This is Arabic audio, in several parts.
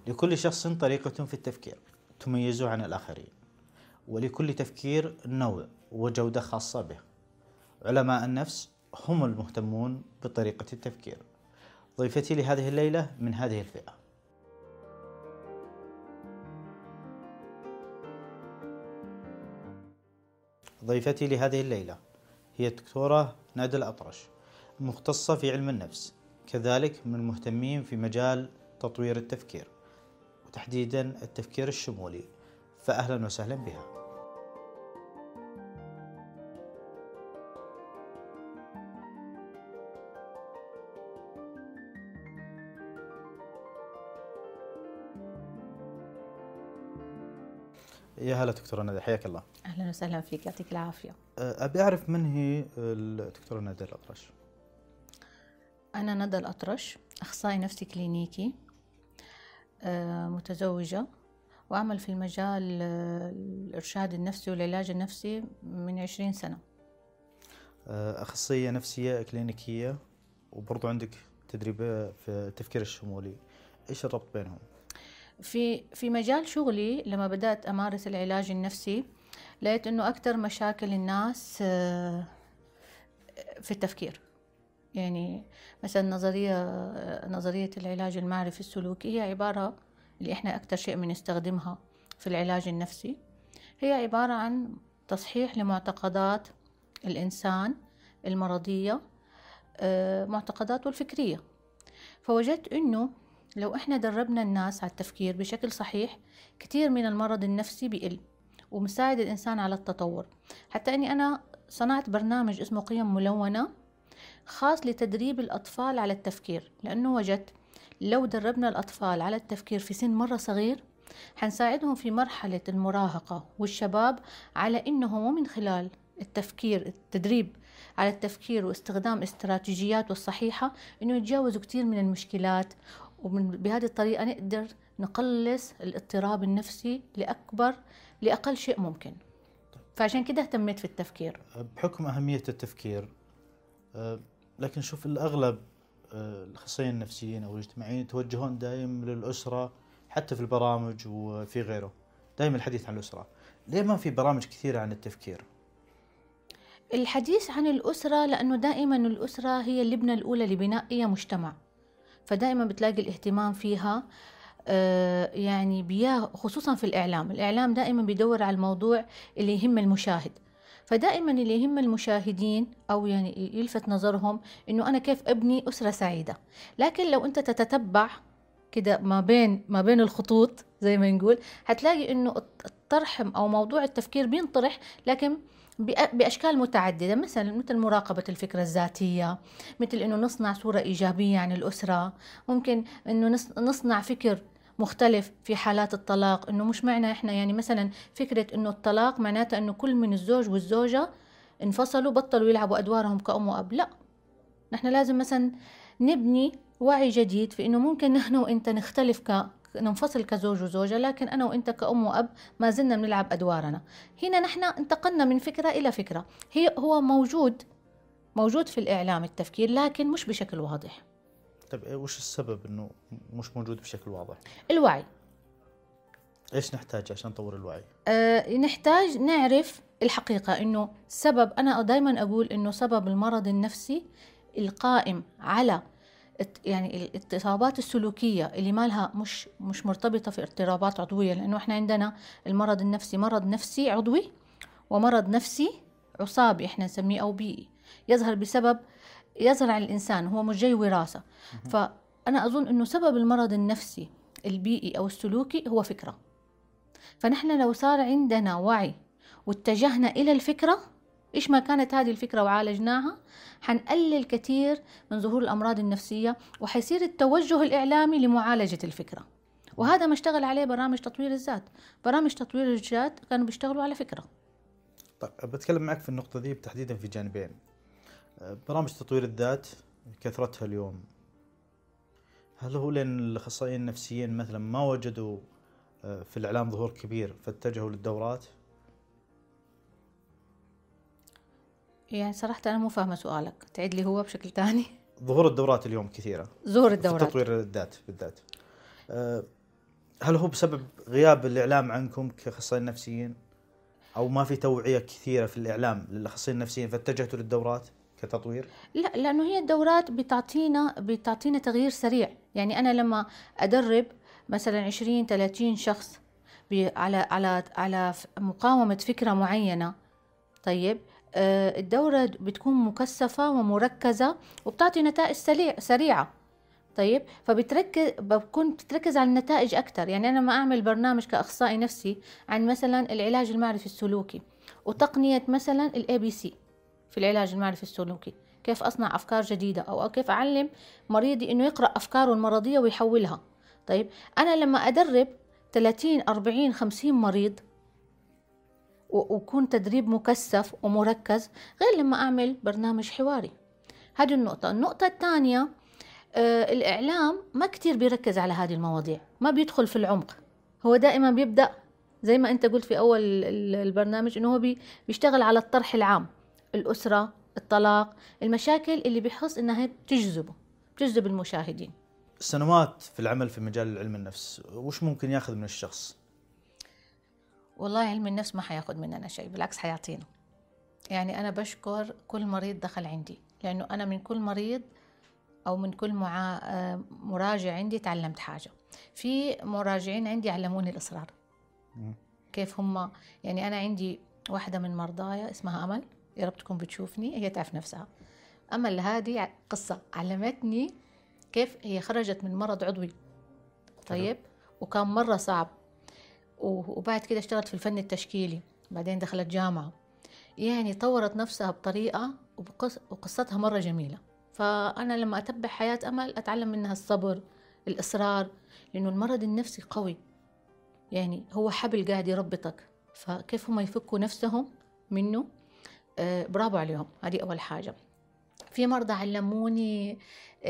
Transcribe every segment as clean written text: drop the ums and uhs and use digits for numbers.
لكل شخص طريقة في التفكير تميزه عن الآخرين، ولكل تفكير نوع وجودة خاصة به. علماء النفس هم المهتمون بطريقة التفكير. ضيفتي لهذه الليلة من هذه الفئة. ضيفتي لهذه الليلة هي الدكتورة نادية الأطرش، مختصة في علم النفس، كذلك من المهتمين في مجال تطوير التفكير وتحديدا التفكير الشمولي، فأهلا وسهلا بها. يا هلا دكتورة نادية، حياك الله. أهلا وسهلا فيك، يعطيك العافية. أبي أعرف من هي الدكتورة نادية الأطرش؟ أنا ندى الأطرش، أخصائي نفسي كلينيكي، متزوجة، وأعمل في المجال الإرشاد النفسي والعلاج النفسي من 20 سنة. أخصائية نفسية كلينيكية، وبرضو عندك تدريب في التفكير الشمولي، إيش الربط بينهم؟ في مجال شغلي لما بدأت أمارس العلاج النفسي لقيت أنه أكثر مشاكل الناس في التفكير. يعني مثلا نظرية العلاج المعرفي السلوكي هي عبارة اللي إحنا أكثر شيء بنستخدمها في العلاج النفسي، هي عبارة عن تصحيح لمعتقدات الإنسان المرضية، معتقداته الفكرية. فوجدت إنه لو إحنا دربنا الناس على التفكير بشكل صحيح، كتير من المرض النفسي بيقل ومساعد الإنسان على التطور. حتى أني أنا صنعت برنامج اسمه قيم ملونة خاص لتدريب الأطفال على التفكير، لأنه وجدت لو دربنا الأطفال على التفكير في سن مرة صغير حنساعدهم في مرحلة المراهقة والشباب على إنه من خلال التدريب على التفكير واستخدام استراتيجيات الصحيحة إنه يتجاوزوا كتير من المشكلات، وبهذه الطريقة نقدر نقلص الاضطراب النفسي لأقل شيء ممكن. فعشان كده اهتميت في التفكير بحكم أهمية التفكير. لكن شوف الأغلب الأخصائيين النفسيين أو الاجتماعيين يتوجهون دائما للأسرة، حتى في البرامج وفي غيره دائما الحديث عن الأسرة. ليه ما في برامج كثيرة عن التفكير؟ الحديث عن الأسرة لأنه دائما الأسرة هي اللبنة الأولى لبناء أي مجتمع، فدائما بتلاقي الاهتمام فيها يعني خصوصا في الإعلام دائما بيدور على الموضوع اللي يهم المشاهد. فدائما اللي يهم المشاهدين أو يعني يلفت نظرهم إنه أنا كيف أبني أسرة سعيدة. لكن لو أنت تتتبع كده ما بين الخطوط زي ما نقول، هتلاقي إنه الطرح أو موضوع التفكير بينطرح لكن بأشكال متعددة، مثل مراقبة الفكرة الذاتية، مثل إنه نصنع صورة إيجابية عن الأسرة، ممكن إنه نصنع فكر مختلف في حالات الطلاق، إنه مش معنى إحنا يعني مثلا فكرة إنه الطلاق معناته إنه كل من الزوج والزوجة انفصلوا بطلوا يلعبوا أدوارهم كأم وأب. لا، نحن لازم مثلا نبني وعي جديد في إنه ممكن نحن وإنت ننفصل كزوج وزوجة، لكن أنا وإنت كأم وأب ما زلنا بنلعب أدوارنا. هنا نحن انتقلنا من فكرة إلى فكرة. هو موجود في الإعلام التفكير، لكن مش بشكل واضح. طيب وش السبب إنه مش موجود بشكل واضح؟ الوعي. إيش نحتاج عشان نطور الوعي؟ نحتاج نعرف الحقيقة إنه أنا دايما أقول إنه سبب المرض النفسي القائم على يعني الاضطرابات السلوكية اللي مالها مش مرتبطة في اضطرابات عضوية، لأنه إحنا عندنا المرض النفسي مرض نفسي عضوي ومرض نفسي عصابي إحنا نسميه أو بيئي، يظهر على الإنسان، هو مش جاي وراثة. فأنا أظن إنه سبب المرض النفسي البيئي أو السلوكي هو فكرة. فنحن لو صار عندنا وعي واتجهنا إلى الفكرة إيش ما كانت هذه الفكرة وعالجناها، حنقلل كثير من ظهور الأمراض النفسية، وحيصير التوجه الإعلامي لمعالجة الفكرة. وهذا ما اشتغل عليه برامج تطوير الذات. برامج تطوير الذات كانوا بيشتغلوا على فكرة. طيب بتكلم معك في النقطة دي تحديدا في جانبين. برامج تطوير الذات كثرتها اليوم، هل هو لأن الأخصائيين النفسيين مثلا ما وجدوا في الإعلام ظهور كبير فاتجهوا للدورات؟ يعني صراحة أنا مو فاهمة سؤالك، تعيد لي هو بشكل تاني. ظهور الدورات اليوم كثيرة، ظهور الدورات في تطوير الذات بالذات. هل هو بسبب غياب الإعلام عنكم كأخصائيين نفسيين، أو ما في توعية كثيرة في الإعلام للأخصائيين النفسيين فاتجهتوا للدورات كتطوير؟ لا، لأنه هي الدورات بتعطينا تغيير سريع. يعني أنا لما أدرب مثلا 20-30 شخص على مقاومة فكرة معينة، طيب الدورة بتكون مكثفة ومركزة وبتعطي نتائج سريعة. طيب بكون بتركز على النتائج أكتر. يعني أنا ما أعمل برنامج كأخصائي نفسي عن مثلا العلاج المعرفي السلوكي وتقنية مثلا الABC في العلاج المعرفي السلوكي، كيف أصنع أفكار جديدة أو كيف أعلم مريضي إنه يقرأ أفكاره المرضية ويحولها. طيب أنا لما أدرب 30 40 50 مريض ويكون تدريب مكثف ومركز، غير لما أعمل برنامج حواري. هذه النقطة الثانية، الإعلام ما كتير بيركز على هذه المواضيع، ما بيدخل في العمق. هو دائما بيبدأ زي ما أنت قلت في أول البرنامج إنه هو بيشتغل على الطرح العام، الأسرة، الطلاق، المشاكل اللي بيحس إنها بتجذب المشاهدين. سنوات في العمل في مجال علم النفس، وش ممكن ياخذ من الشخص؟ والله علم النفس ما حياخذ مننا شيء، بالعكس حيعطينا. يعني أنا بشكر كل مريض دخل عندي، لأنه أنا من كل مريض أو من كل مراجع عندي تعلمت حاجة. في مراجعين عندي علموني الإصرار، كيف هم. يعني أنا عندي واحدة من مرضايا اسمها أمل، يا رب تكون بتشوفني، هي تعرف نفسها. أمل هذه قصة علمتني كيف هي خرجت من مرض عضوي، طيب، وكان مرة صعب، وبعد كده اشتغلت في الفن التشكيلي، بعدين دخلت جامعة، يعني طورت نفسها بطريقة وقصتها مرة جميلة. فأنا لما أتبع حياة أمل أتعلم منها الصبر، الإصرار، لأنه المرض النفسي قوي، يعني هو حبل قاعد يربطك، فكيف هم يفكوا نفسهم منه. برافو عليهم، هذه أول حاجة. في مرضى علموني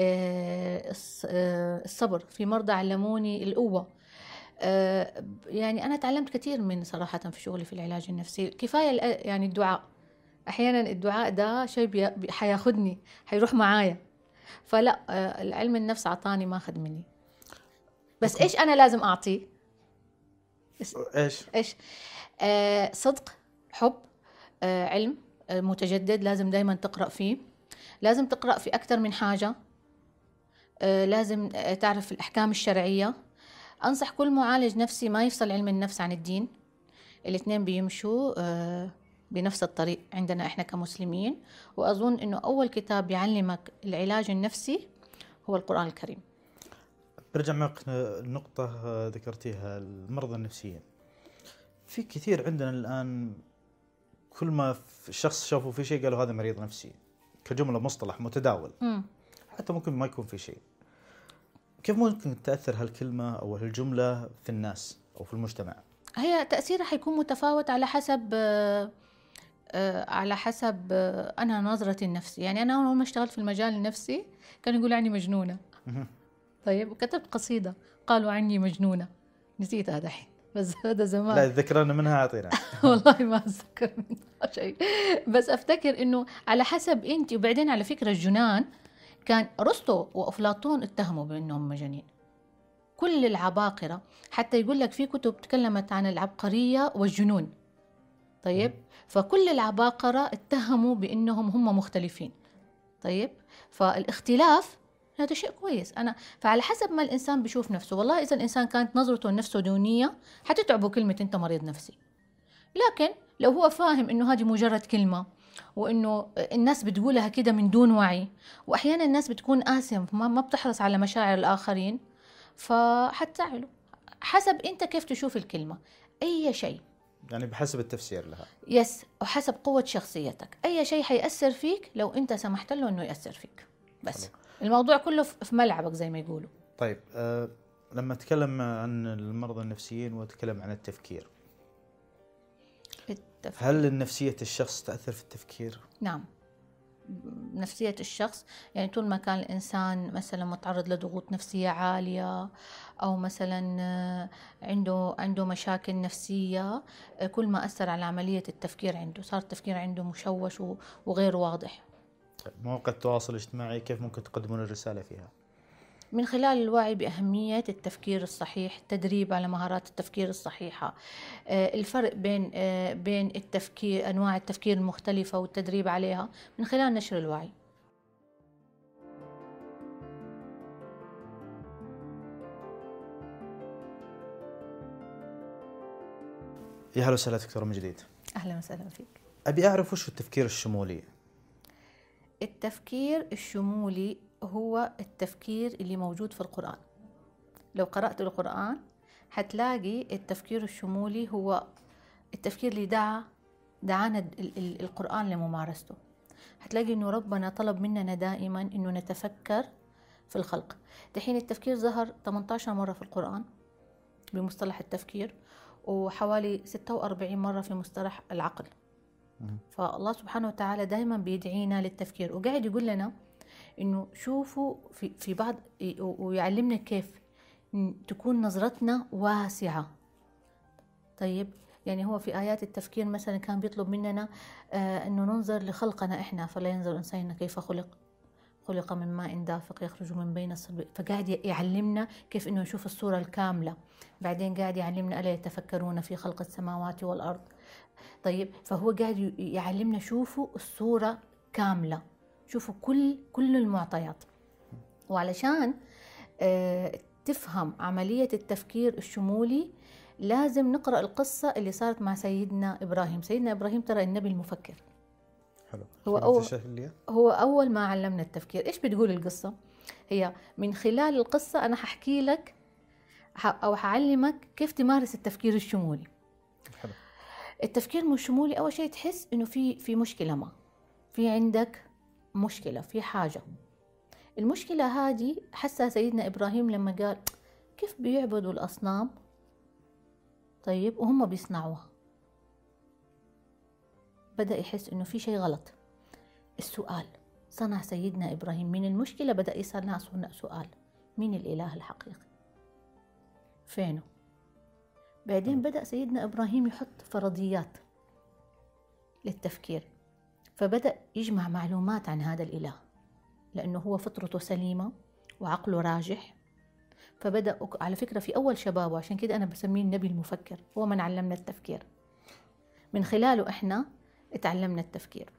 الصبر، في مرضى علموني القوة. يعني أنا تعلمت كثير من صراحة في شغلي في العلاج النفسي. كفاية يعني الدعاء، أحيانا الدعاء ده شيء حياخدني، حيروح معايا. فلا، العلم النفس عطاني ما أخذ مني. بس إيش أنا لازم أعطيه؟ إيش؟ صدق، حب، علم متجدد لازم دايما تقرأ فيه، لازم تقرأ في أكثر من حاجة، لازم تعرف الأحكام الشرعية. أنصح كل معالج نفسي ما يفصل علم النفس عن الدين، الاثنين بيمشوا بنفس الطريق عندنا إحنا كمسلمين. وأظن إنه أول كتاب يعلمك العلاج النفسي هو القرآن الكريم. برجع معك نقطة ذكرتيها، المرضى النفسيين. في كثير عندنا الآن كل ما الشخص شافوا في شيء قالوا هذا مريض نفسي، كجملة مصطلح متداول. حتى ممكن ما يكون في شيء. كيف ممكن تأثر هالكلمة أو هالجملة في الناس أو في المجتمع؟ هي تأثيرها حيكون متفاوت على حسب أنا نظرتي النفسي. يعني أنا أول ما اشتغلت في المجال النفسي كانوا يقولوا عني مجنونة. طيب، وكتبت قصيدة قالوا عني مجنونة، نسيتها دحين، بس هذا زمان. لا ذكرنا منها أعطينا. والله ما أتذكر منها شيء، بس أفتكر إنه على حسب أنت. وبعدين على فكرة الجنان كان أرسطو وأفلاطون اتهموا بأنهم مجانين، كل العباقرة. حتى يقول لك في كتب تكلمت عن العبقرية والجنون، طيب، فكل العباقرة اتهموا بأنهم هم مختلفين. طيب، فالاختلاف هذا شيء كويس. فعلى حسب ما الإنسان بيشوف نفسه. والله إذا الإنسان كانت نظرته لنفسه دونية حتتعبه كلمة أنت مريض نفسي، لكن لو هو فاهم إنه هذه مجرد كلمة، وإنه الناس بتقولها كده من دون وعي، وأحيانا الناس بتكون قاسية ما بتحرص على مشاعر الآخرين، فحتزعله. حسب أنت كيف تشوف الكلمة، أي شيء يعني بحسب التفسير لها. يس، وحسب قوة شخصيتك. أي شيء حيأثر فيك لو أنت سمحت له إنه يأثر فيك، بس حلو. الموضوع كله في ملعبك زي ما يقولوا. طيب، لما أتكلم عن المرضى النفسيين وأتكلم عن التفكير، هل النفسية الشخص تأثر في التفكير؟ نعم، نفسية الشخص. يعني طول ما كان الإنسان مثلا متعرض لضغوط نفسية عالية، أو مثلا عنده مشاكل نفسية، كل ما أثر على عملية التفكير عنده، صار التفكير عنده مشوش وغير واضح. مواقع التواصل الاجتماعي كيف ممكن تقدمون الرسالة فيها؟ من خلال الوعي بأهمية التفكير الصحيح، التدريب على مهارات التفكير الصحيحة، الفرق بين التفكير، أنواع التفكير المختلفة والتدريب عليها من خلال نشر الوعي. يا هلا وسهلا دكتورة من جديد. أهلا وسهلا فيك. أبي أعرف وش التفكير الشمولي؟ التفكير الشمولي هو التفكير اللي موجود في القرآن. لو قرأت القرآن حتلاقي التفكير الشمولي هو التفكير اللي دعانا القرآن لممارسته. حتلاقي إنه ربنا طلب مننا دائما إنه نتفكر في الخلق. دحين التفكير ظهر 18 مرة في القرآن بمصطلح التفكير، وحوالي 46 مرة في مصطلح العقل. فالله سبحانه وتعالى دائما بيدعينا للتفكير، وقاعد يقول لنا إنه شوفوا في بعض، ويعلمنا كيف تكون نظرتنا واسعة. طيب يعني هو في آيات التفكير مثلا كان بيطلب مننا أنه ننظر لخلقنا إحنا، فلا ينظر الإنسان كيف خلق من ماء دافق يخرج من بين الصلب. فقاعد يعلمنا كيف أنه نشوف الصورة الكاملة. بعدين قاعد يعلمنا ألا يتفكرون في خلق السماوات والأرض. طيب فهو قاعد يعلمنا شوفوا الصورة كاملة، شوفوا كل المعطيات. وعلشان تفهم عملية التفكير الشمولي لازم نقرأ القصة اللي صارت مع سيدنا إبراهيم. سيدنا إبراهيم ترى النبي المفكر. حلو. هو أول ما علمنا التفكير. إيش بتقول القصة؟ هي من خلال القصة أنا ححكي لك أو حعلمك كيف تمارس التفكير الشمولي. حلو. التفكير الشمولي أول شيء تحس إنه في مشكلة، ما في عندك مشكلة في حاجة. المشكلة هذه حسها سيدنا إبراهيم لما قال كيف بيعبدوا الأصنام طيب وهم بيصنعوها. بدأ يحس إنه في شيء غلط. السؤال صنع سيدنا إبراهيم من المشكلة، بدأ يسأل سؤال: مين الإله الحقيقي؟ فينه؟ بعدين بدأ سيدنا إبراهيم يحط فرضيات للتفكير، فبدأ يجمع معلومات عن هذا الإله، لأنه هو فطرته سليمة وعقله راجح. فبدأ على فكرة في أول شبابه، عشان كده أنا بسميه النبي المفكر، هو من علمنا التفكير، من خلاله إحنا اتعلمنا التفكير.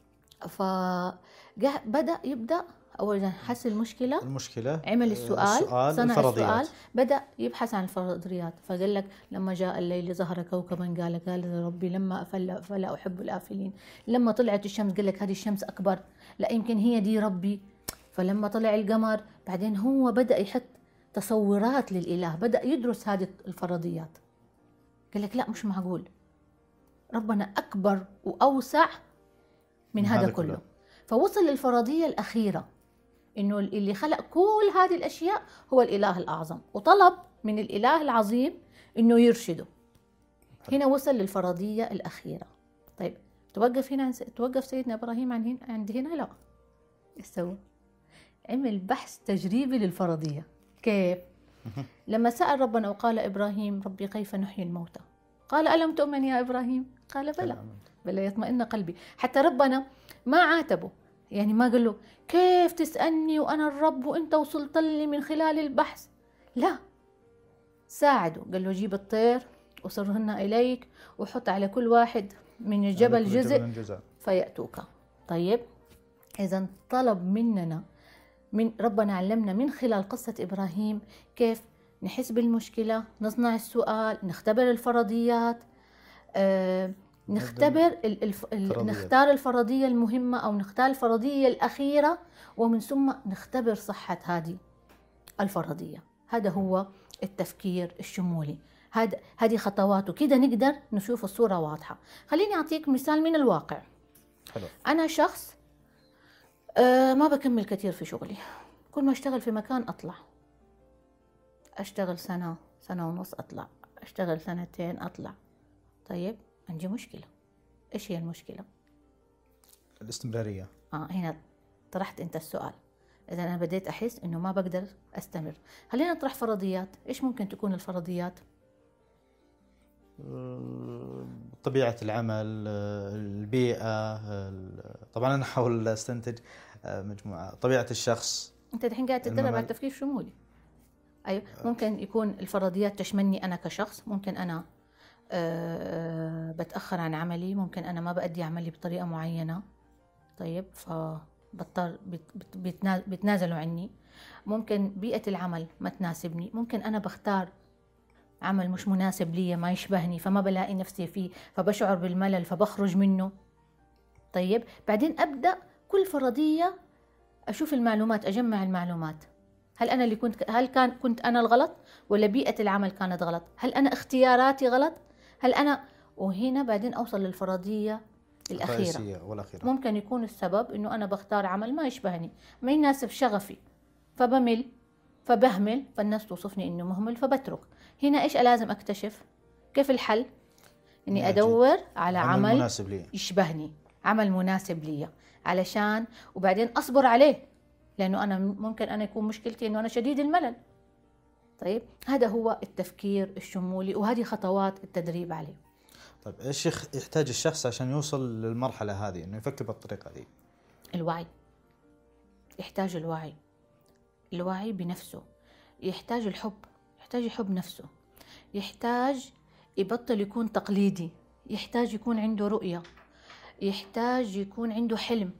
يبدأ أولا حس المشكلة، عمل السؤال، صنع السؤال، بدأ يبحث عن الفرضيات. فقال لك لما جاء الليل ظهر كوكبا قال ربي لما أفل فلا أحب الآفلين. لما طلعت الشمس قال لك هذه الشمس أكبر، لا يمكن هي دي ربي. فلما طلع القمر بعدين هو بدأ يحط تصورات للإله، بدأ يدرس هذه الفرضيات. قال لك لا مش معقول، ربنا أكبر وأوسع من هذا كله. فوصل للفرضية الأخيرة إنه اللي خلق كل هذه الأشياء هو الإله الأعظم، وطلب من الإله العظيم إنه يرشده. هنا وصل للفرضية الأخيرة. طيب توقف هنا، توقف سيدنا إبراهيم عند هنا؟ لا، استوى، عمل بحث تجريبي للفرضية. كيف؟ لما سأل ربنا وقال إبراهيم ربي كيف نحيي الموتى؟ قال ألم تؤمن يا إبراهيم؟ قال بلى يطمئن قلبي. حتى ربنا ما عاتبه، يعني ما قال له كيف تسألني وأنا الرب وأنت وصلت لي من خلال البحث، لا، ساعده. قال له جيب الطير وصرهن إليك وحط على كل واحد من الجبل جزء فيأتوك. طيب إذا طلب مننا، من ربنا علمنا من خلال قصة إبراهيم كيف نحس بالمشكلة، نصنع السؤال، نختبر الفرضيات، نختار الفرضية المهمة أو نختار الفرضية الأخيرة، ومن ثم نختبر صحة هذه الفرضية. هذا هو التفكير الشمولي. هذه خطواته، كده نقدر نشوف الصورة واضحة. خليني أعطيك مثال من الواقع. حلو. أنا شخص ما بكمل كثير في شغلي، كل ما أشتغل في مكان أطلع، أشتغل سنة ونص أطلع، أشتغل سنتين أطلع. طيب عندي مشكلة. إيش هي المشكلة؟ الاستمرارية. هنا طرحت أنت السؤال. إذا أنا بديت أحس إنه ما بقدر أستمر، خلينا نطرح فرضيات. إيش ممكن تكون الفرضيات؟ طبيعة العمل، البيئة، طبعا أنا أحاول أستنتج مجموعة، طبيعة الشخص، انت الحين قاعد تتدرب على التفكير الشمولي. ايوه، ممكن يكون الفرضيات تشملني انا كشخص، ممكن انا بتاخر عن عملي، ممكن انا ما بأدي عملي بطريقه معينه، طيب فبضطر بيتنازلوا عني. ممكن بيئه العمل ما تناسبني، ممكن انا بختار عمل مش مناسب لي، ما يشبهني، فما بلاقي نفسي فيه، فبشعر بالملل فبخرج منه. طيب بعدين أبدأ كل فرضية أشوف المعلومات، أجمع المعلومات. هل أنا اللي كنت أنا الغلط، ولا بيئة العمل كانت غلط؟ هل أنا اختياراتي غلط؟ هل أنا، وهنا بعدين أوصل للفرضية الأخيرة والأخيرة. ممكن يكون السبب إنه أنا بختار عمل ما يشبهني، ما يناسب شغفي، فبمل، فبهمل، فالناس توصفني إنه مهمل فبترك. هنا إيش لازم أكتشف؟ كيف الحل؟ إني أدور على عمل مناسب لي، يشبهني، عمل مناسب لي، علشان وبعدين أصبر عليه، لأنه أنا ممكن أنا يكون مشكلتي إنه أنا شديد الملل. طيب هذا هو التفكير الشمولي، وهذه خطوات التدريب عليه. طيب إيش يحتاج الشخص عشان يوصل للمرحلة هذه إنه يفكر بالطريقة دي؟ الوعي، يحتاج الوعي بنفسه، يحتاج الحب، يحتاج يحب نفسه، يحتاج يبطل يكون تقليدي، يحتاج يكون عنده رؤية، يحتاج يكون عنده حلم،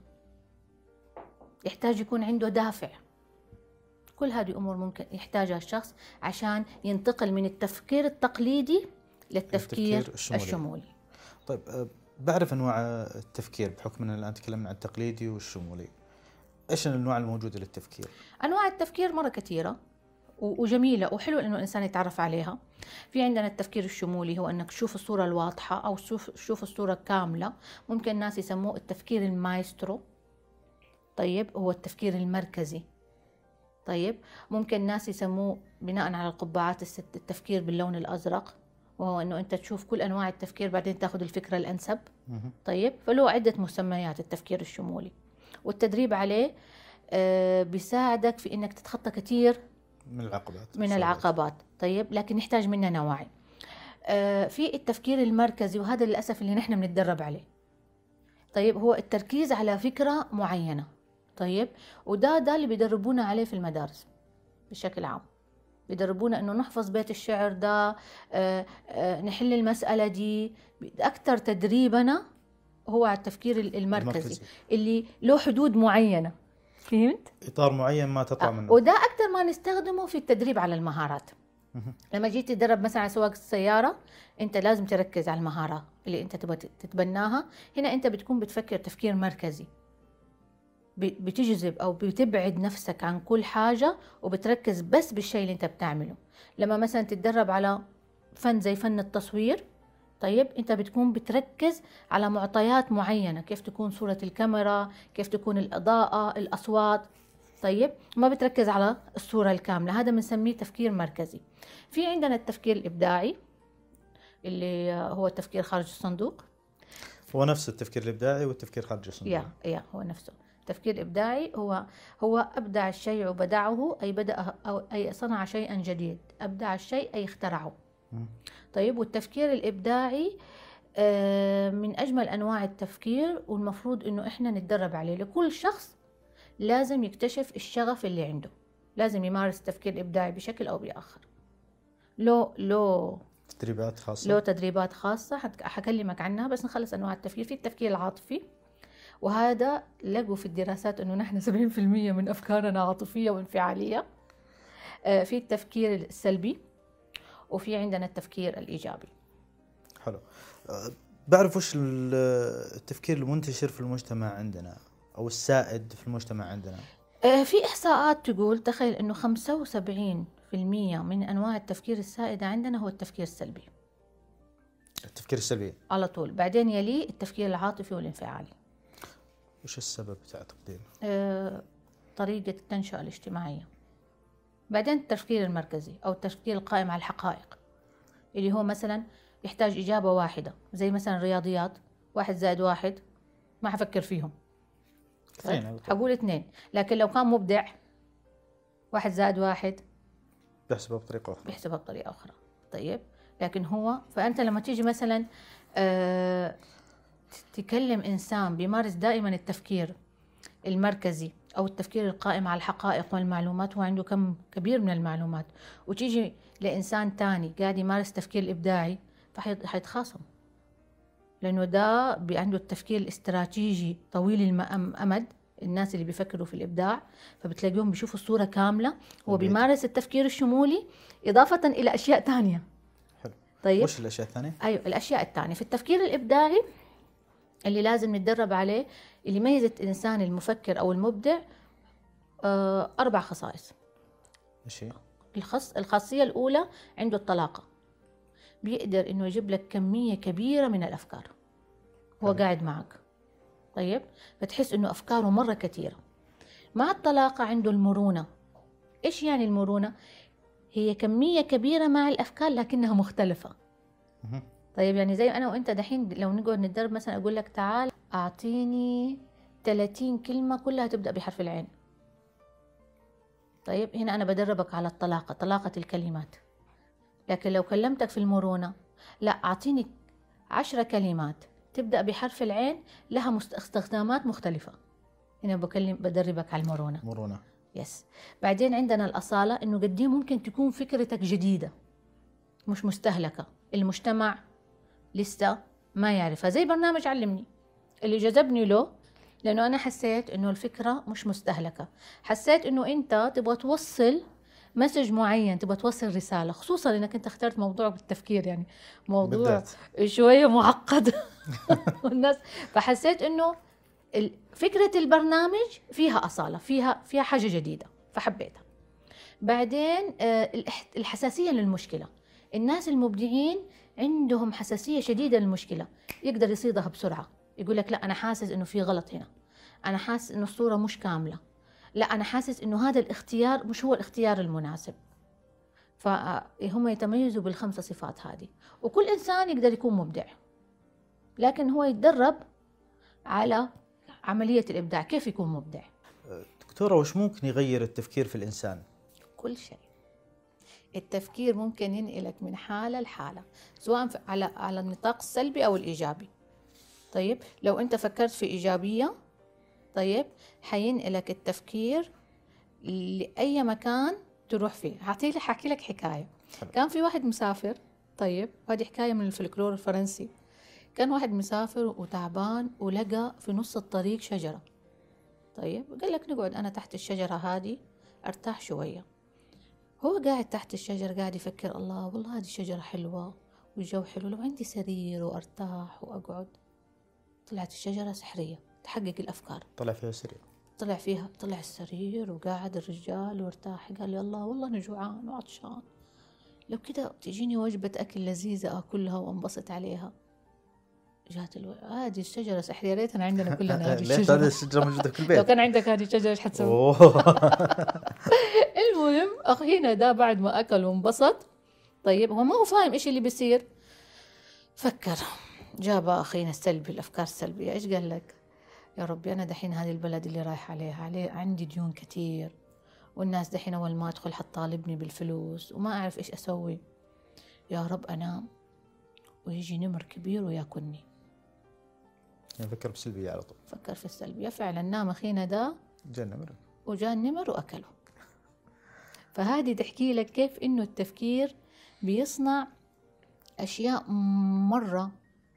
يحتاج يكون عنده دافع. كل هذه أمور ممكن يحتاجها الشخص عشان ينتقل من التفكير التقليدي للتفكير الشمولي. طيب بعرف أنواع التفكير بحكم أننا الآن تكلمنا عن التقليدي والشمولي. إيش الأنواع الموجودة للتفكير؟ أنواع التفكير مرة كثيرة وجميلة وحلو إنه الإنسان يتعرف عليها. في عندنا التفكير الشمولي، هو إنك تشوف الصورة الواضحة أو تشوف الصورة كاملة. ممكن الناس يسموه التفكير المايسترو. طيب هو التفكير المركزي. طيب ممكن الناس يسموه بناء على القبعات الست التفكير باللون الأزرق، وهو إنه أنت تشوف كل أنواع التفكير بعدين تأخذ الفكرة الأنسب. طيب فله عدة مسميات التفكير الشمولي، والتدريب عليه بيساعدك في إنك تتخطى كثير من العقبات. طيب لكن نحتاج مننا وعي. في التفكير المركزي، وهذا للأسف اللي نحن بنتدرب عليه. طيب هو التركيز على فكرة معينة. طيب وده اللي بيدربونا عليه في المدارس بشكل عام، بيدربونا انه نحفظ بيت الشعر ده، نحل المسألة دي. اكثر تدريبنا هو على التفكير المركزي اللي له حدود معينة، فهمت؟ اطار معين ما تطلع منه. وده اكثر ما نستخدمه في التدريب على المهارات. لما جيت تدرب مثلا على سواقة السيارة، انت لازم تركز على المهارة اللي انت تبغى تتبناها. هنا انت بتكون بتفكر تفكير مركزي، بتجذب او بتبعد نفسك عن كل حاجة وبتركز بس بالشيء اللي انت بتعمله. لما مثلا تتدرب على فن زي فن التصوير، طيب انت بتكون بتركز على معطيات معينة، كيف تكون صورة الكاميرا، كيف تكون الإضاءة، الأصوات. طيب ما بتركز على الصورة الكاملة، هذا بنسميه تفكير مركزي. في عندنا التفكير الإبداعي اللي هو التفكير خارج الصندوق. هو نفس التفكير الإبداعي والتفكير خارج الصندوق. هو نفسه. التفكير الإبداعي هو أبدع الشيء وبدعه، أي بدأ أو أي صنع شيئا جديد. أبدع الشيء أي اخترعه. طيب والتفكير الإبداعي من أجمل أنواع التفكير، والمفروض إنه إحنا نتدرب عليه. لكل شخص لازم يكتشف الشغف اللي عنده، لازم يمارس التفكير الإبداعي بشكل أو بآخر. له تدريبات خاصة حكلمك عنها، بس نخلص أنواع التفكير. في التفكير العاطفي، وهذا لقوا في الدراسات أنه نحن 70% من أفكارنا عاطفية وانفعالية. في التفكير السلبي، وفي عندنا التفكير الإيجابي. حلو. بعرف وش التفكير المنتشر في المجتمع عندنا أو السائد في المجتمع عندنا؟ في إحصاءات تقول، تخيل أنه 75% من أنواع التفكير السائدة عندنا هو التفكير السلبي. التفكير السلبي على طول، بعدين يليه التفكير العاطفي والانفعالي. وش السبب تعتقدين؟ طريقة التنشئة الاجتماعية. بعدين التفكير المركزي أو التفكير القائم على الحقائق، اللي هو مثلا يحتاج إجابة واحدة، زي مثلا الرياضيات 1 زائد 1 ما حفكر فيهم، حقول 2. لكن لو كان مبدع 1 زائد 1 بيحسبها بطريقة أخرى. طيب لكن هو، فأنت لما تيجي مثلا تكلم إنسان بيمارس دائما التفكير المركزي أو التفكير القائم على الحقائق والمعلومات، هو عنده كم كبير من المعلومات، وتيجي لإنسان تاني قاعد يمارس تفكير الإبداعي فحيتخاصم، لأنه ده عنده التفكير الاستراتيجي طويل الأمد. الناس اللي بيفكروا في الإبداع فبتلاقيهم بيشوفوا الصورة كاملة، هو بيمارس التفكير الشمولي إضافة إلى أشياء تانية. حلو. طيب وش الأشياء الثانية؟ أيوة، الأشياء الثانية في التفكير الإبداعي اللي لازم نتدرب عليه، اللي يميز الإنسان المفكر أو المبدع 4 خصائص. ماشي. الخاصية الأولى عنده الطلاقة، بيقدر إنه يجيب لك كمية كبيرة من الأفكار هو قاعد معك. طيب، فتحس إنه أفكاره مرة كثيرة. مع الطلاقة عنده المرونة. إيش يعني المرونة؟ هي كمية كبيرة مع الأفكار لكنها مختلفة. طيب، يعني زي أنا وإنت دحين لو نقعد نتدرب مثلا، أقول لك تعال أعطيني 30 كلمة كلها تبدأ بحرف العين. طيب، هنا أنا بدربك على الطلاقة، طلاقة الكلمات. لكن لو كلمتك في المرونة، لا، أعطيني 10 كلمات تبدأ بحرف العين لها استخدامات مختلفة. هنا بدربك على المرونة. مرونة. يس. بعدين عندنا الأصالة، إنه قد ممكن تكون فكرتك جديدة مش مستهلكة، المجتمع لسه ما يعرفها. زي برنامج علمني اللي جذبني له، لأنه أنا حسيت إنه الفكرة مش مستهلكة، حسيت إنه أنت تبغى توصل مسج معين، تبغى توصل رسالة، خصوصا إنك أنت اخترت موضوع بالتفكير، يعني موضوع بالذات شوية معقد والناس، فحسيت إنه فكرة البرنامج فيها أصالة، فيها حاجة جديدة فحبيتها. بعدين الحساسية للمشكلة. الناس المبدعين عندهم حساسية شديدة للمشكلة، يقدر يصيدها بسرعة. يقول لك لا، أنا حاسس إنه في غلط هنا، أنا حاسس إنه الصورة مش كاملة، لا، أنا حاسس إنه هذا الاختيار مش هو الاختيار المناسب. فهم يتميزوا ب5 صفات هذه. وكل إنسان يقدر يكون مبدع، لكن هو يتدرب على عملية الإبداع، كيف يكون مبدع. دكتورة، وش ممكن يغير التفكير في الإنسان؟ كل شيء. التفكير ممكن ينقلك من حالة لحالة، سواء على النطاق السلبي أو الإيجابي. طيب، لو أنت فكرت في إيجابية، طيب، حينقلك التفكير لأي مكان تروح فيه. حكي لك حكاية. كان في واحد مسافر، طيب، هذه حكاية من الفلكلور الفرنسي. كان واحد مسافر وتعبان ولقى في نص الطريق شجرة. طيب، قال لك نقعد أنا تحت الشجرة هذه أرتاح شوية. هو قاعد تحت الشجرة قاعد يفكر، الله والله هذه الشجرة حلوة والجو حلو، لو عندي سرير وأرتاح وأقعد. طلعت الشجرة سحرية تحقق الأفكار. طلع فيها سرير. طلع السرير وقاعد الرجال وارتاح. قال لي الله والله أنا جوعان وعطشان، لو كده تجيني وجبة أكل لذيذة أكلها وانبسط عليها. جات هذه الشجرة سحرية، ريتنا عندنا كلنا هذه الشجرة. هذه الشجرة موجودة في البيت. لو كان عندك هذه الشجرة ايش حتسوي؟ المهم أخينا ده بعد ما أكل وانبسط، طيب، هو ما هو فاهم إيش اللي بيصير. فكر، جاب أخينا السلبي، الأفكار السلبية. إيش قال لك؟ يا ربي، أنا دحين هذه البلد اللي رايح عليه عندي ديون كتير، والناس دحين أول ما أدخل حتطالبني بالفلوس وما أعرف إيش أسوي. يا رب أنام ويجي نمر كبير وياكلني. يعني فكر بالسلبية على طول. فكر في السلبية فعلا. نام أخينا ده، جاء النمر وأكله. فهذه تحكي لك كيف إنه التفكير بيصنع أشياء مرة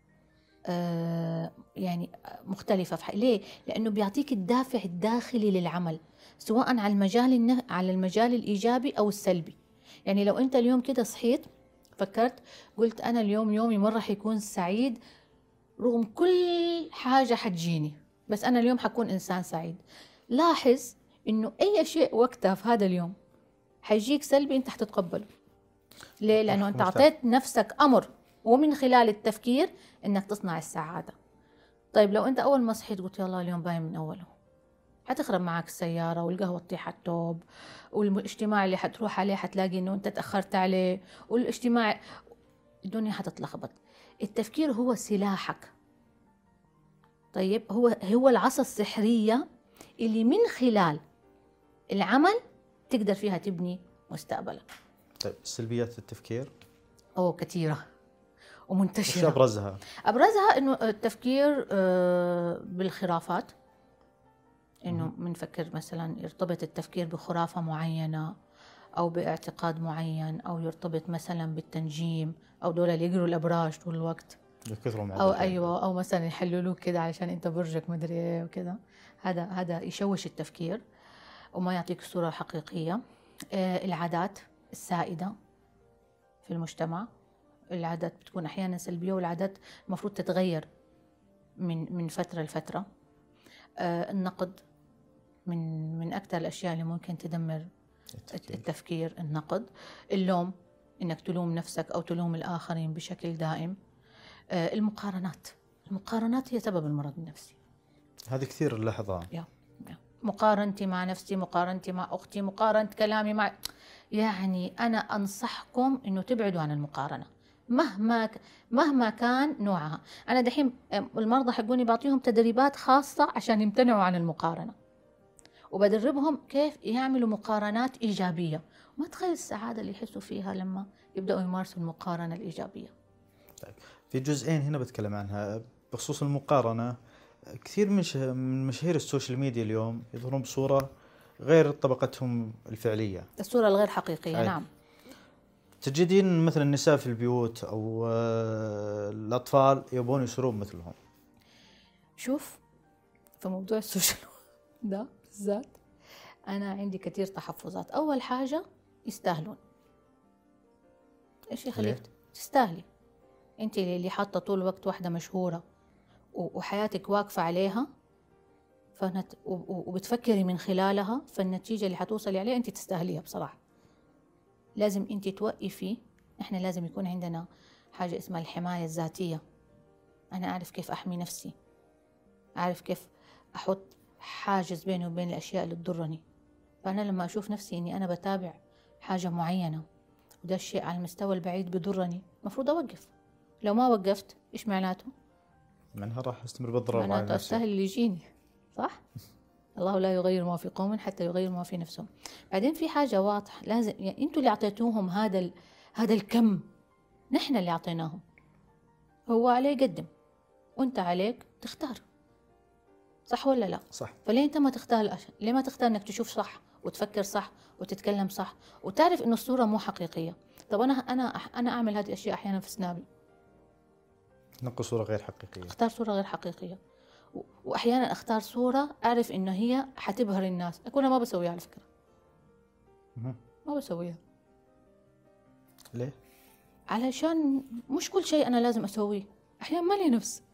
يعني مختلفة. ليه؟ لأنه بيعطيك الدافع الداخلي للعمل، سواء على المجال الإيجابي أو السلبي. يعني لو أنت اليوم كده صحيت فكرت قلت أنا اليوم يومي مرة حيكون سعيد رغم كل حاجة حتجيني، بس أنا اليوم حكون إنسان سعيد. لاحظ إنه أي شيء وقتها في هذا اليوم حيجيك سلبي أنت حتتقبله. ليه؟ لأنه أنت أعطيت نفسك أمر، ومن خلال التفكير إنك تصنع السعادة. طيب، لو أنت أول ما صحيت قلت يلا اليوم باين من أوله، حتخرب معك السيارة والقهوة تطيح على التوب، والاجتماع اللي حتروح عليه حتلاقي إنه أنت تأخرت عليه، والاجتماع الدنيا حتتلخبط. التفكير هو سلاحك. طيب، هو العصا السحرية اللي من خلال العمل تقدر فيها تبني مستقبلك. طيب، سلبيات التفكير كثيرة ومنتشرة. وش أبرزها؟ إنه التفكير بالخرافات، إنه بنفكر مثلا يرتبط التفكير بخرافة معينة أو باعتقاد معين، أو يرتبط مثلا بالتنجيم، أو دول اللي يقروا الأبراج طول الوقت، أو أيوة، أو مثلا يحللوك كده علشان أنت برجك مدري إيه وكده. هذا يشوش التفكير وما يعطيك الصورة الحقيقية. العادات السائدة في المجتمع، العادات بتكون أحيانا سلبية، والعادات المفروض تتغير من فترة لفترة. النقد من أكثر الأشياء اللي ممكن تدمر التفكير. النقد، اللوم، إنك تلوم نفسك أو تلوم الآخرين بشكل دائم. المقارنات هي سبب المرض النفسي. هذه كثير نلاحظها. مقارنتي مع نفسي، مقارنتي مع أختي، مقارنة كلامي مع، يعني أنا أنصحكم إنه تبعدوا عن المقارنة مهما كان نوعها. أنا دحين المرضى حقوني بعطيهم تدريبات خاصة عشان يمتنعوا عن المقارنة، وبدربهم كيف يعملوا مقارنات إيجابية، وما تخيل السعادة اللي يحسوا فيها لما يبدأوا يمارسوا المقارنة الإيجابية. طيب، في جزئين هنا بتكلم عنها بخصوص المقارنة. كثير من مشاهير السوشيال ميديا اليوم يظهرون بصورة غير طبقتهم الفعلية، الصورة الغير حقيقية. نعم. تجدين مثلا النساء في البيوت أو الأطفال يبون يصيرون مثلهم. شوف، في موضوع السوشيال ده بالذات أنا عندي كثير تحفظات. أول حاجة، يستاهلون. إيش يخليك تستاهلي؟ أنت اللي حاطة طول الوقت واحدة مشهورة وحياتك واقفة عليها، وبتفكري من خلالها، فالنتيجة اللي حتوصلي عليها أنت تستاهليها بصراحة. لازم أنت توقفي. إحنا لازم يكون عندنا حاجة اسمها الحماية الذاتية. أنا أعرف كيف أحمي نفسي، أعرف كيف أحط حاجز بيني وبين الأشياء اللي تضرني. فأنا لما أشوف نفسي أني أنا بتابع حاجة معينة وده الشيء على المستوى البعيد بضرني، مفروض أوقف. لو ما وقفت إيش معناته؟ معناها راح أستمر بالضرر على معناته نفسي. أستاهل اللي يجيني، صح؟ الله لا يغير ما في قوم حتى يغير ما في نفسهم. بعدين في حاجة واضحة، لازم يعني أنتوا اللي أعطيتوهم هذا الكم، نحن اللي أعطيناهم. هو عليه يقدم وأنت عليك تختار، صح ولا لا؟ صح. فليه أنت ما تختار ليه ما تختار إنك تشوف صح وتفكر صح وتتكلم صح وتعرف إنه الصورة مو حقيقية؟ طب أنا أعمل هذه الأشياء أحيانا في سنابي، نقل صورة غير حقيقية، اختار صورة غير حقيقية، وأحيانا أختار صورة أعرف إنه هي حتبهر الناس، أكون ما بسويها على فكرة. ما بسويها. ليه؟ علشان مش كل شيء أنا لازم أسويه، أحيانا ما لي نفس.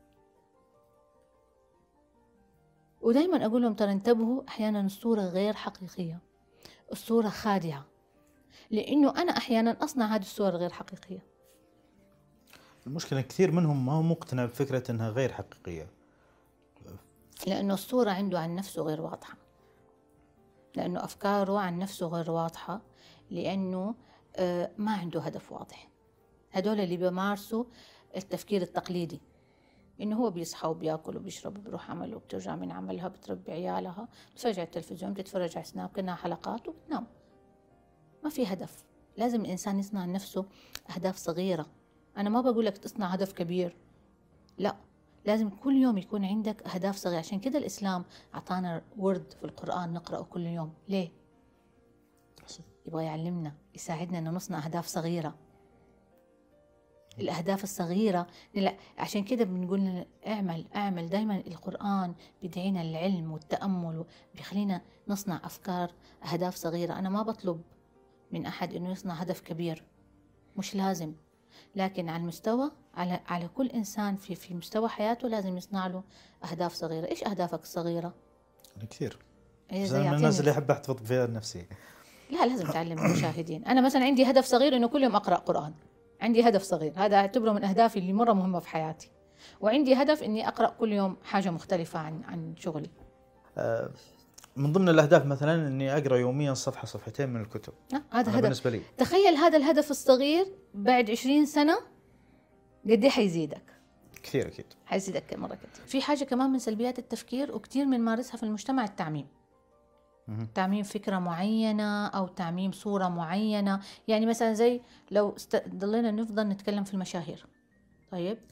ودايما أقول لهم ترى انتبهوا، أحيانا الصورة غير حقيقية، الصورة خادعة، لأنه أنا أحيانا أصنع هذه الصور غير حقيقية. المشكلة كثير منهم ما هو مقتنع بفكرة أنها غير حقيقية، لأنه الصورة عنده عن نفسه غير واضحة، لأنه أفكاره عن نفسه غير واضحة، لأنه ما عنده هدف واضح. هدول اللي بيمارسوا التفكير التقليدي، إنه هو بيصحى وبياكل وبيشرب وبيروح عمله وبترجع من عملها بتربي عيالها، بتتفرج على التلفزيون، بتتفرج على سناب كأنها حلقات وبتنام. ما في هدف. لازم الإنسان يصنع لنفسه أهداف صغيرة. أنا ما بقولك تصنع هدف كبير، لا، لازم كل يوم يكون عندك أهداف صغيرة. عشان كده الإسلام أعطانا ورد في القرآن نقرأه كل يوم. ليه؟ يبغى يعلمنا، يساعدنا أن نصنع أهداف صغيرة. الأهداف الصغيرة عشان كده بنقول اعمل دايما. القرآن بيدعينا العلم والتأمل، بيخلينا نصنع أفكار، أهداف صغيرة. أنا ما بطلب من أحد إنه يصنع هدف كبير، مش لازم، لكن على المستوى على كل إنسان في مستوى حياته لازم يصنع له أهداف صغيرة. إيش أهدافك الصغيرة؟ أنا كثير زي من الناس اللي أحب أحتفظ فيها نفسي. لا، لازم تعلم المشاهدين. أنا مثلا عندي هدف صغير إنه كل يوم أقرأ قرآن، عندي هدف صغير، هذا أعتبره من أهدافي اللي مرة مهمة في حياتي. وعندي هدف إني أقرأ كل يوم حاجة مختلفة عن شغلي. من ضمن الأهداف مثلا إني أقرأ يوميا صفحة صفحتين من الكتب. هذا هدف بالنسبة لي. تخيل هذا الهدف الصغير بعد 20 سنة قد إيه حيزيدك؟ كثير أكيد حيزيدك مرة كثير. في حاجة كمان من سلبيات التفكير وكثير من مارسها في المجتمع، التعميم. تعميم فكرة معينة أو تعميم صورة معينة. يعني مثلا زي لو ضلينا نفضل نتكلم في المشاهير، طيب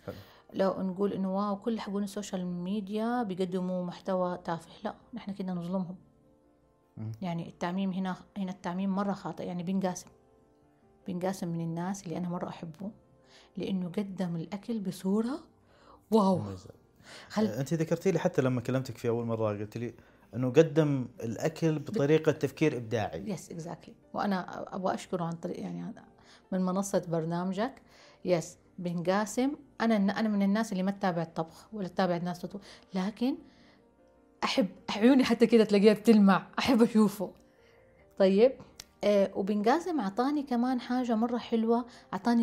لو نقول إنه واو كل حقون السوشيال ميديا بيقدموا محتوى تافه، لا نحن كده نظلمهم. يعني التعميم هنا التعميم مرة خاطئ. يعني بنقاسم من الناس اللي أنا مرة أحبه لأنه قدم الأكل بصورة واو. أنت ذكرتي لي حتى لما كلمتك في أول مرة قلت لي أنه قدم الأكل بطريقة تفكير إبداعي. يس اكزاكتلي. وأنا أبغى أشكره عن طريق يعني من منصة برنامجك. يس بنقاسم. أنا من الناس اللي ما تتابع الطبخ ولا تتابع الناس تطبخ، لكن أحب عيوني حتى كده تلاقيها بتلمع، أحب أشوفه. طيب وبنقاسم عطاني كمان حاجة مرة حلوة، عطاني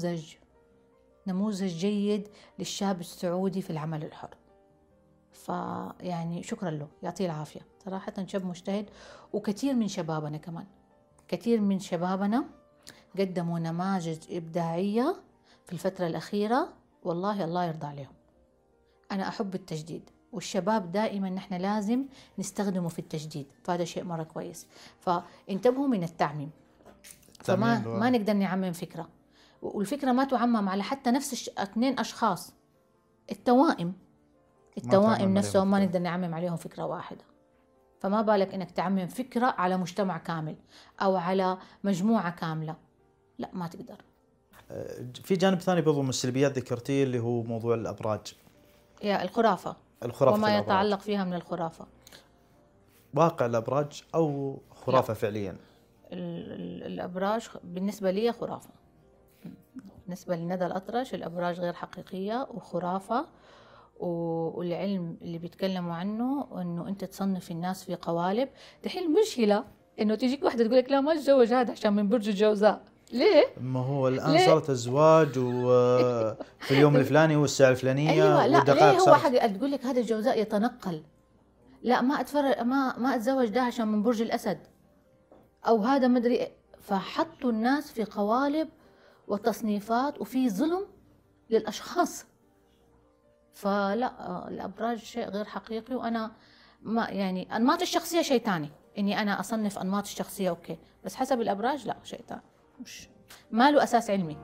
نموذج جيد للشاب السعودي في العمل الحر. فيعني شكرا له، يعطيه العافية صراحة، شاب مجتهد. وكثير من شبابنا كمان، كثير من شبابنا قدموا نماذج إبداعية في الفترة الأخيرة، والله الله يرضى عليهم. أنا أحب التجديد، والشباب دائما نحن لازم نستخدمه في التجديد، فهذا شيء مرة كويس. فانتبهوا من التعميم. ما نقدر نعمم فكرة، والفكرة ما تعمم على حتى نفس 2 أشخاص. التوائم نفسهم ما نقدر نعمم عليهم فكرة واحدة، فما بالك إنك تعمم فكرة على مجتمع كامل أو على مجموعة كاملة، لا ما تقدر. في جانب ثاني برضو من السلبيات ذكرتيه اللي هو موضوع الأبراج. يا الخرافة وما يتعلق فيها من الخرافة. واقع الأبراج أو خرافة؟ لا. فعليا الأبراج بالنسبة لي خرافة. بالنسبة لندى الأطرش الأبراج غير حقيقية وخرافة. والعلم اللي بيتكلموا عنه انه انت تصنف الناس في قوالب. دحين المشكله انه تجيك واحده تقول لك لا ما اتزوج هذا عشان من برج الجوزاء. ليه؟ ما هو الان صارت ازواج وفي اليوم الفلاني والساعه الفلانيه. ايوه لا ليه هو حاجه تقول لك هذا الجوزاء يتنقل، لا ما اتفرج ما اتزوج ده عشان من برج الاسد او هذا مدري. فحطوا الناس في قوالب وتصنيفات وفي ظلم للاشخاص. فلا الأبراج شيء غير حقيقي. وأنا ما يعني أنماط الشخصية شيء تاني، إني أنا أصنف أنماط الشخصية أوكي، بس حسب الأبراج لا شيء تاني، مش ما له أساس علمي.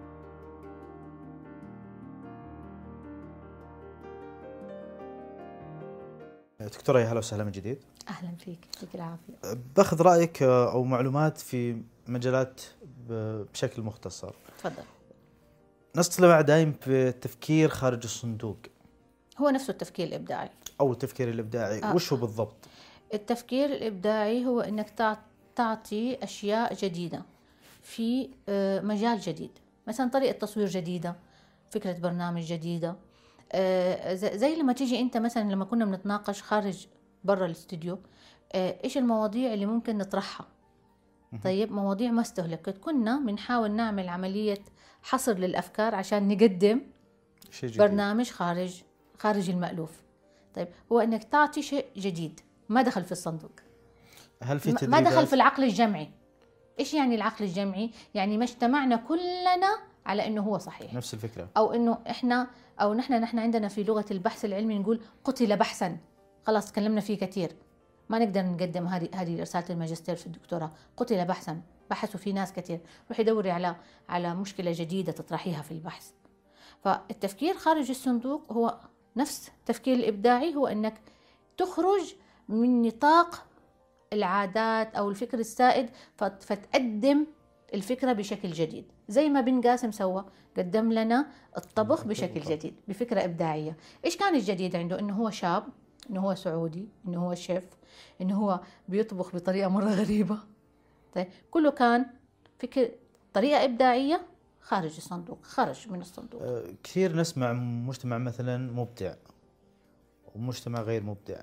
دكتورة يا هلا وسهلا من جديد. أهلا فيك، يعطيك العافية. باخذ رأيك أو معلومات في مجالات بشكل مختصر. تفضل. نصطلح دائما بالتفكير خارج الصندوق. هو نفسه التفكير الإبداعي أو التفكير الإبداعي. وش هو بالضبط؟ التفكير الإبداعي هو إنك تعطي أشياء جديدة في مجال جديد، مثلا طريقة تصوير جديدة، فكرة برنامج جديدة. زي لما تيجي أنت مثلا لما كنا بنتناقش خارج برا الاستوديو إيش المواضيع اللي ممكن نطرحها. طيب مواضيع ما استهلكت، كنا بنحاول نعمل عملية حصر للأفكار عشان نقدم برنامج خارج المألوف. طيب هو إنك تعطي شيء جديد ما دخل في الصندوق. هل في تدريبات؟ ما دخل في العقل الجمعي. إيش يعني العقل الجمعي؟ يعني ما اجتمعنا كلنا على إنه هو صحيح نفس الفكرة، أو إنه نحن عندنا في لغة البحث العلمي نقول قتل بحثا، خلاص تكلمنا فيه كثير، ما نقدر نقدم هذه رسالة الماجستير في الدكتوراه. قتل بحثا، بحثوا في ناس كثير، روحي دوري على مشكلة جديدة تطرحيها في البحث. فالتفكير خارج الصندوق هو نفس التفكير الإبداعي، هو أنك تخرج من نطاق العادات أو الفكر السائد فتقدم الفكرة بشكل جديد. زي ما بن قاسم سوى، قدم لنا الطبخ بشكل جديد بفكرة إبداعية. إيش كان الجديد عنده؟ إنه هو شاب، إنه هو سعودي، إنه هو شيف، إنه هو بيطبخ بطريقة مرة غريبة. طيب كله كان فكر، طريقة إبداعية خارج الصندوق، خرج من الصندوق. كثير نسمع مجتمع مثلا مبدع ومجتمع غير مبدع.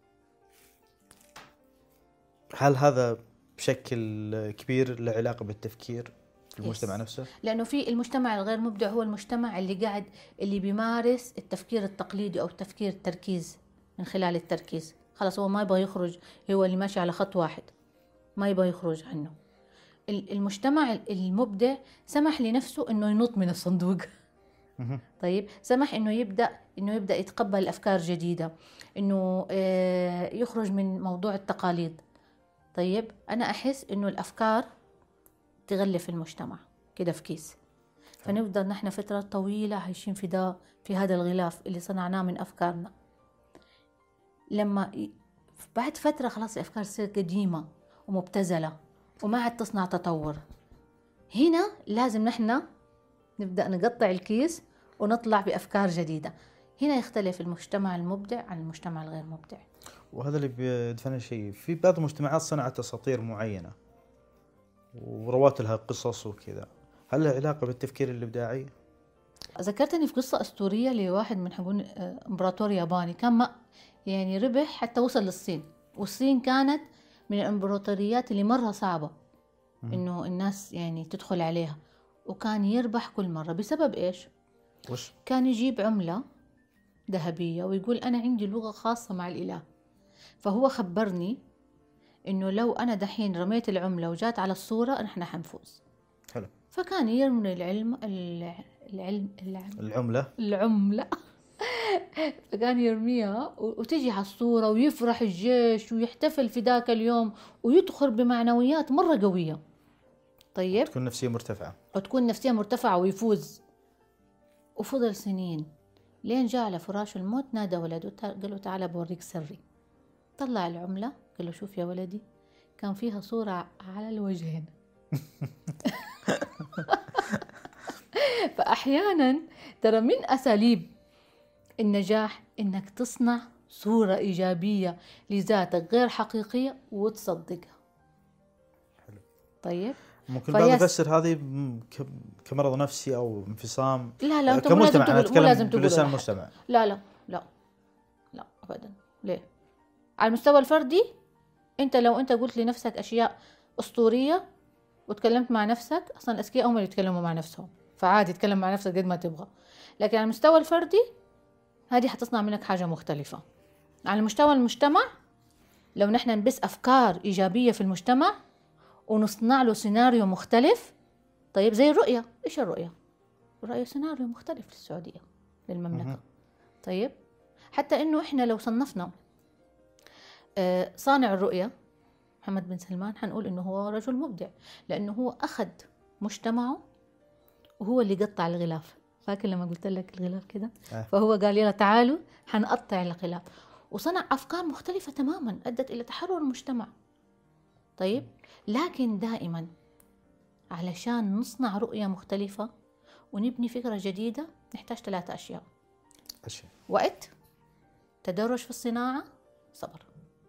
هل هذا بشكل كبير له علاقة بالتفكير في المجتمع نفسه؟ لأنه في المجتمع الغير مبدع هو المجتمع اللي بيمارس التفكير التقليدي أو التفكير التركيز من خلال التركيز. خلاص هو ما يبغى يخرج، هو اللي ماشي على خط واحد ما يبغى يخرج عنه. المجتمع المبدع سمح لنفسه إنه ينط من الصندوق. طيب سمح إنه يبدأ يتقبل أفكار جديدة، إنه يخرج من موضوع التقاليد. طيب أنا أحس إنه الأفكار تغلف المجتمع كده في كيس. فنفضل نحن فترة طويلة عايشين في هذا الغلاف اللي صنعناه من أفكارنا. بعد فترة خلاص الأفكار تصير قديمة ومبتذلة وما عاد تصنع تطور. هنا لازم نحن نبدأ نقطع الكيس ونطلع بأفكار جديدة. هنا يختلف المجتمع المبدع عن المجتمع الغير مبدع. وهذا اللي بيدفعنا شيء، في بعض المجتمعات صنعت أساطير معينة وروات لها قصص وكذا، هل لها علاقة بالتفكير الإبداعي؟ ذكرتني في قصة أسطورية لواحد من حقون إمبراطور ياباني، كان ما يعني ربح حتى وصل للصين، والصين كانت من الإمبراطوريات اللي مرة صعبة إنه الناس يعني تدخل عليها، وكان يربح كل مرة بسبب إيش؟ وش؟ كان يجيب عملة ذهبية ويقول أنا عندي لغة خاصة مع الإله، فهو خبرني إنه لو أنا دحين رميت العملة وجات على الصورة نحن حنفوز. حلو. فكان يرمي العملة فكان يرميها وتجي على الصورة ويفرح الجيش ويحتفل في ذاك اليوم ويدخل بمعنويات مرة قوية. طيب، تكون نفسية مرتفعة ويفوز. وفضل سنين لين جاء على فراش الموت، نادى ولده قال له تعال بوريك سري. طلع العملة قال له شوف يا ولدي، كان فيها صورة على الوجهين. فأحيانا ترى من أساليب النجاح إنك تصنع صورة إيجابية لذاتك غير حقيقية وتصدقها. حلو. طيب، ممكن بعض يفسر هذه كمرض نفسي أو انفصام. لا كمجتمع، أنا أتكلم بلسان المجتمع. لا أبدا. ليه؟ على المستوى الفردي، لو أنت قلت لنفسك أشياء أسطورية وتكلمت مع نفسك، أصلا الأذكياء هم اللي يتكلموا مع نفسهم، فعادي تكلم مع نفسك قد ما تبغى. لكن على المستوى الفردي هذه حتصنع منك حاجة مختلفة. على مستوى المجتمع، لو نحن نبث أفكار إيجابية في المجتمع ونصنع له سيناريو مختلف. طيب، زي الرؤية، إيش الرؤية سيناريو مختلف للسعودية، للمملكة. طيب، حتى إنه إحنا لو صنفنا صانع الرؤية محمد بن سلمان حنقول إنه هو رجل مبدع، لأنه هو أخذ مجتمعه وهو اللي قطع الغلاف. فاكر لما قلت لك الغلاف كده؟ فهو قال يلا تعالوا حنقطع الغلاف، وصنع أفكار مختلفة تماما أدت إلى تحرر المجتمع. طيب، لكن دائما علشان نصنع رؤية مختلفة ونبني فكرة جديدة نحتاج 3 أشياء: وقت، تدرج في الصناعة، صبر.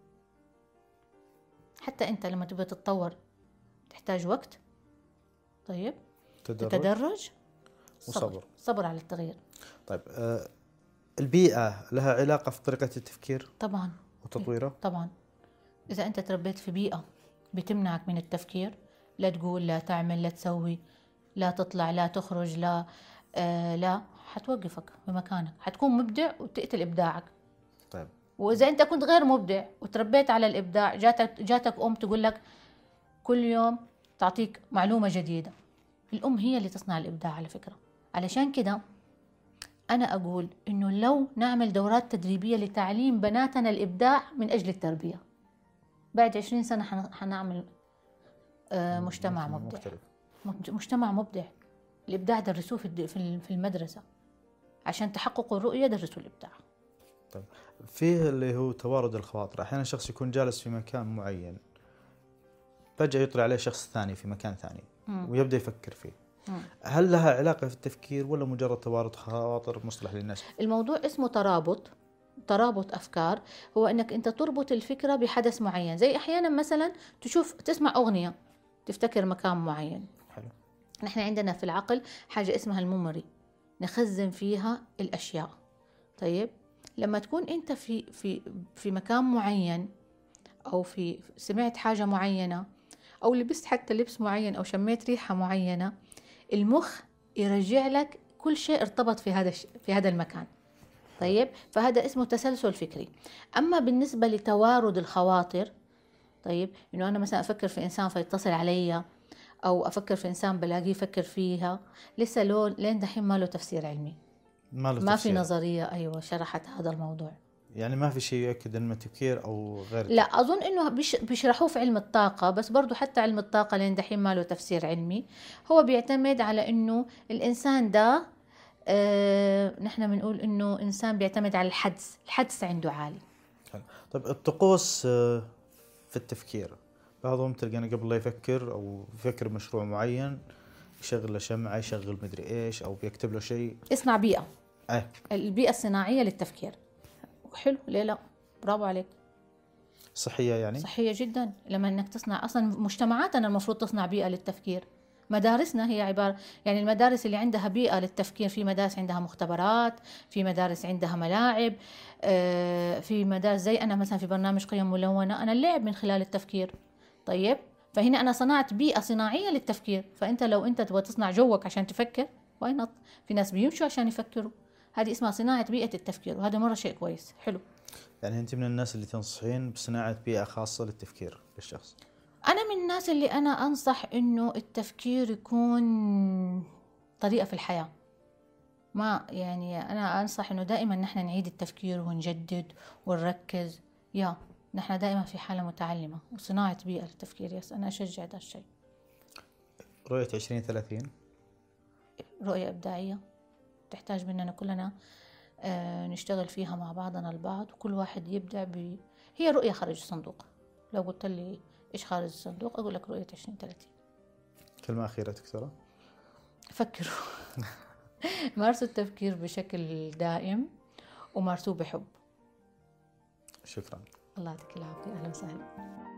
حتى أنت لما تبغى تتطور تحتاج وقت، طيب، تدرج صبر على التغيير. طيب، البيئة لها علاقة في طريقة التفكير طبعا وتطويره؟ طبعا. إذا أنت تربيت في بيئة بتمنعك من التفكير، لا تقول، لا تعمل، لا تسوي، لا تطلع، لا تخرج، لا حتوقفك بمكانك، حتكون مبدع وتقتل إبداعك. طيب، وإذا أنت كنت غير مبدع وتربيت على الإبداع، جاتك أم تقول لك كل يوم تعطيك معلومة جديدة. الأم هي اللي تصنع الإبداع على فكرة. علشان كده أنا أقول إنه لو نعمل دورات تدريبية لتعليم بناتنا الإبداع من أجل التربية، بعد 20 سنة حنعمل مجتمع مبدع. مجتمع مبدع. الإبداع درسوه في المدرسة، عشان تحققوا الرؤية درسوا الإبداع. طيب، فيه اللي هو توارد الخواطر. أحيانا شخص يكون جالس في مكان معين، فجأة يطلع عليه شخص ثاني في مكان ثاني ويبدأ يفكر فيه. هل لها علاقة في التفكير ولا مجرد توارد خواطر مصطلح للناس؟ الموضوع اسمه ترابط أفكار. هو أنك أنت تربط الفكرة بحدث معين. زي أحيانا مثلا تسمع أغنية تفتكر مكان معين. حلو. نحن عندنا في العقل حاجة اسمها الميموري، نخزن فيها الأشياء. طيب، لما تكون أنت في مكان معين، أو سمعت حاجة معينة، أو لبست حتى لبس معين، أو شميت ريحة معينة، المخ يرجع لك كل شيء ارتبط في هذا المكان. طيب، فهذا اسمه تسلسل فكري. أما بالنسبة لتوارد الخواطر، طيب، إنه أنا مثلا أفكر في إنسان فيتصل علي، أو أفكر في إنسان بلاقيه يفكر فيها، لسه لين دحين ما له تفسير علمي، ما في نظرية شرحت هذا الموضوع. يعني ما في شيء يؤكد أن التفكير أو غير لا أظن إنه بيشرحوه في علم الطاقة، بس برضو حتى علم الطاقة لين دحين ما له تفسير علمي. هو بيعتمد على إنه الإنسان ده نحن بنقول إنه إنسان بيعتمد على الحدس عنده عالي. طيب الطقوس في التفكير، بعضهم تلقانه قبل لا يفكر أو يفكر مشروع معين يشغل له شمعة، يشغل مدري إيش، أو بيكتب له شيء. اصنع بيئة. البيئة الصناعية للتفكير حلو، ليه لا؟ برافو عليك. صحية يعني؟ صحية جدا. لما انك تصنع، اصلا مجتمعاتنا المفروض تصنع بيئة للتفكير. مدارسنا هي عبارة، يعني المدارس اللي عندها بيئة للتفكير، في مدارس عندها مختبرات، في مدارس عندها ملاعب، في مدارس زي أنا مثلا في برنامج قيم ملونة، أنا اللعب من خلال التفكير. طيب، فهنا أنا صنعت بيئة صناعية للتفكير. فأنت لو أنت تبغى تصنع جوك عشان تفكر، واي في ناس بيمشوا عشان يفكروا. هذه اسمها صناعة بيئة التفكير، وهذا مرة شيء كويس حلو. يعني أنت من الناس اللي تنصحين بصناعة بيئة خاصة للتفكير للشخص؟ أنا من الناس اللي أنا أنصح إنه التفكير يكون طريقة في الحياة. ما يعني أنا أنصح إنه دائما نحن نعيد التفكير ونجدد ونركز. نحن دائما في حالة متعلمة، وصناعة بيئة للتفكير. أنا أشجع ده الشيء. رؤية 2030 رؤية إبداعية تحتاج مننا كلنا نشتغل فيها مع بعضنا البعض، وكل واحد يبدع هي رؤية خارج الصندوق. لو قلت لي إيش خارج الصندوق، أقول لك رؤية 2030. كلمة أخيرة دكتورة. فكروا. مارسوا التفكير بشكل دائم، ومارسوه بحب. شكرا. الله يعطيك العافية. أهلا وسهلا.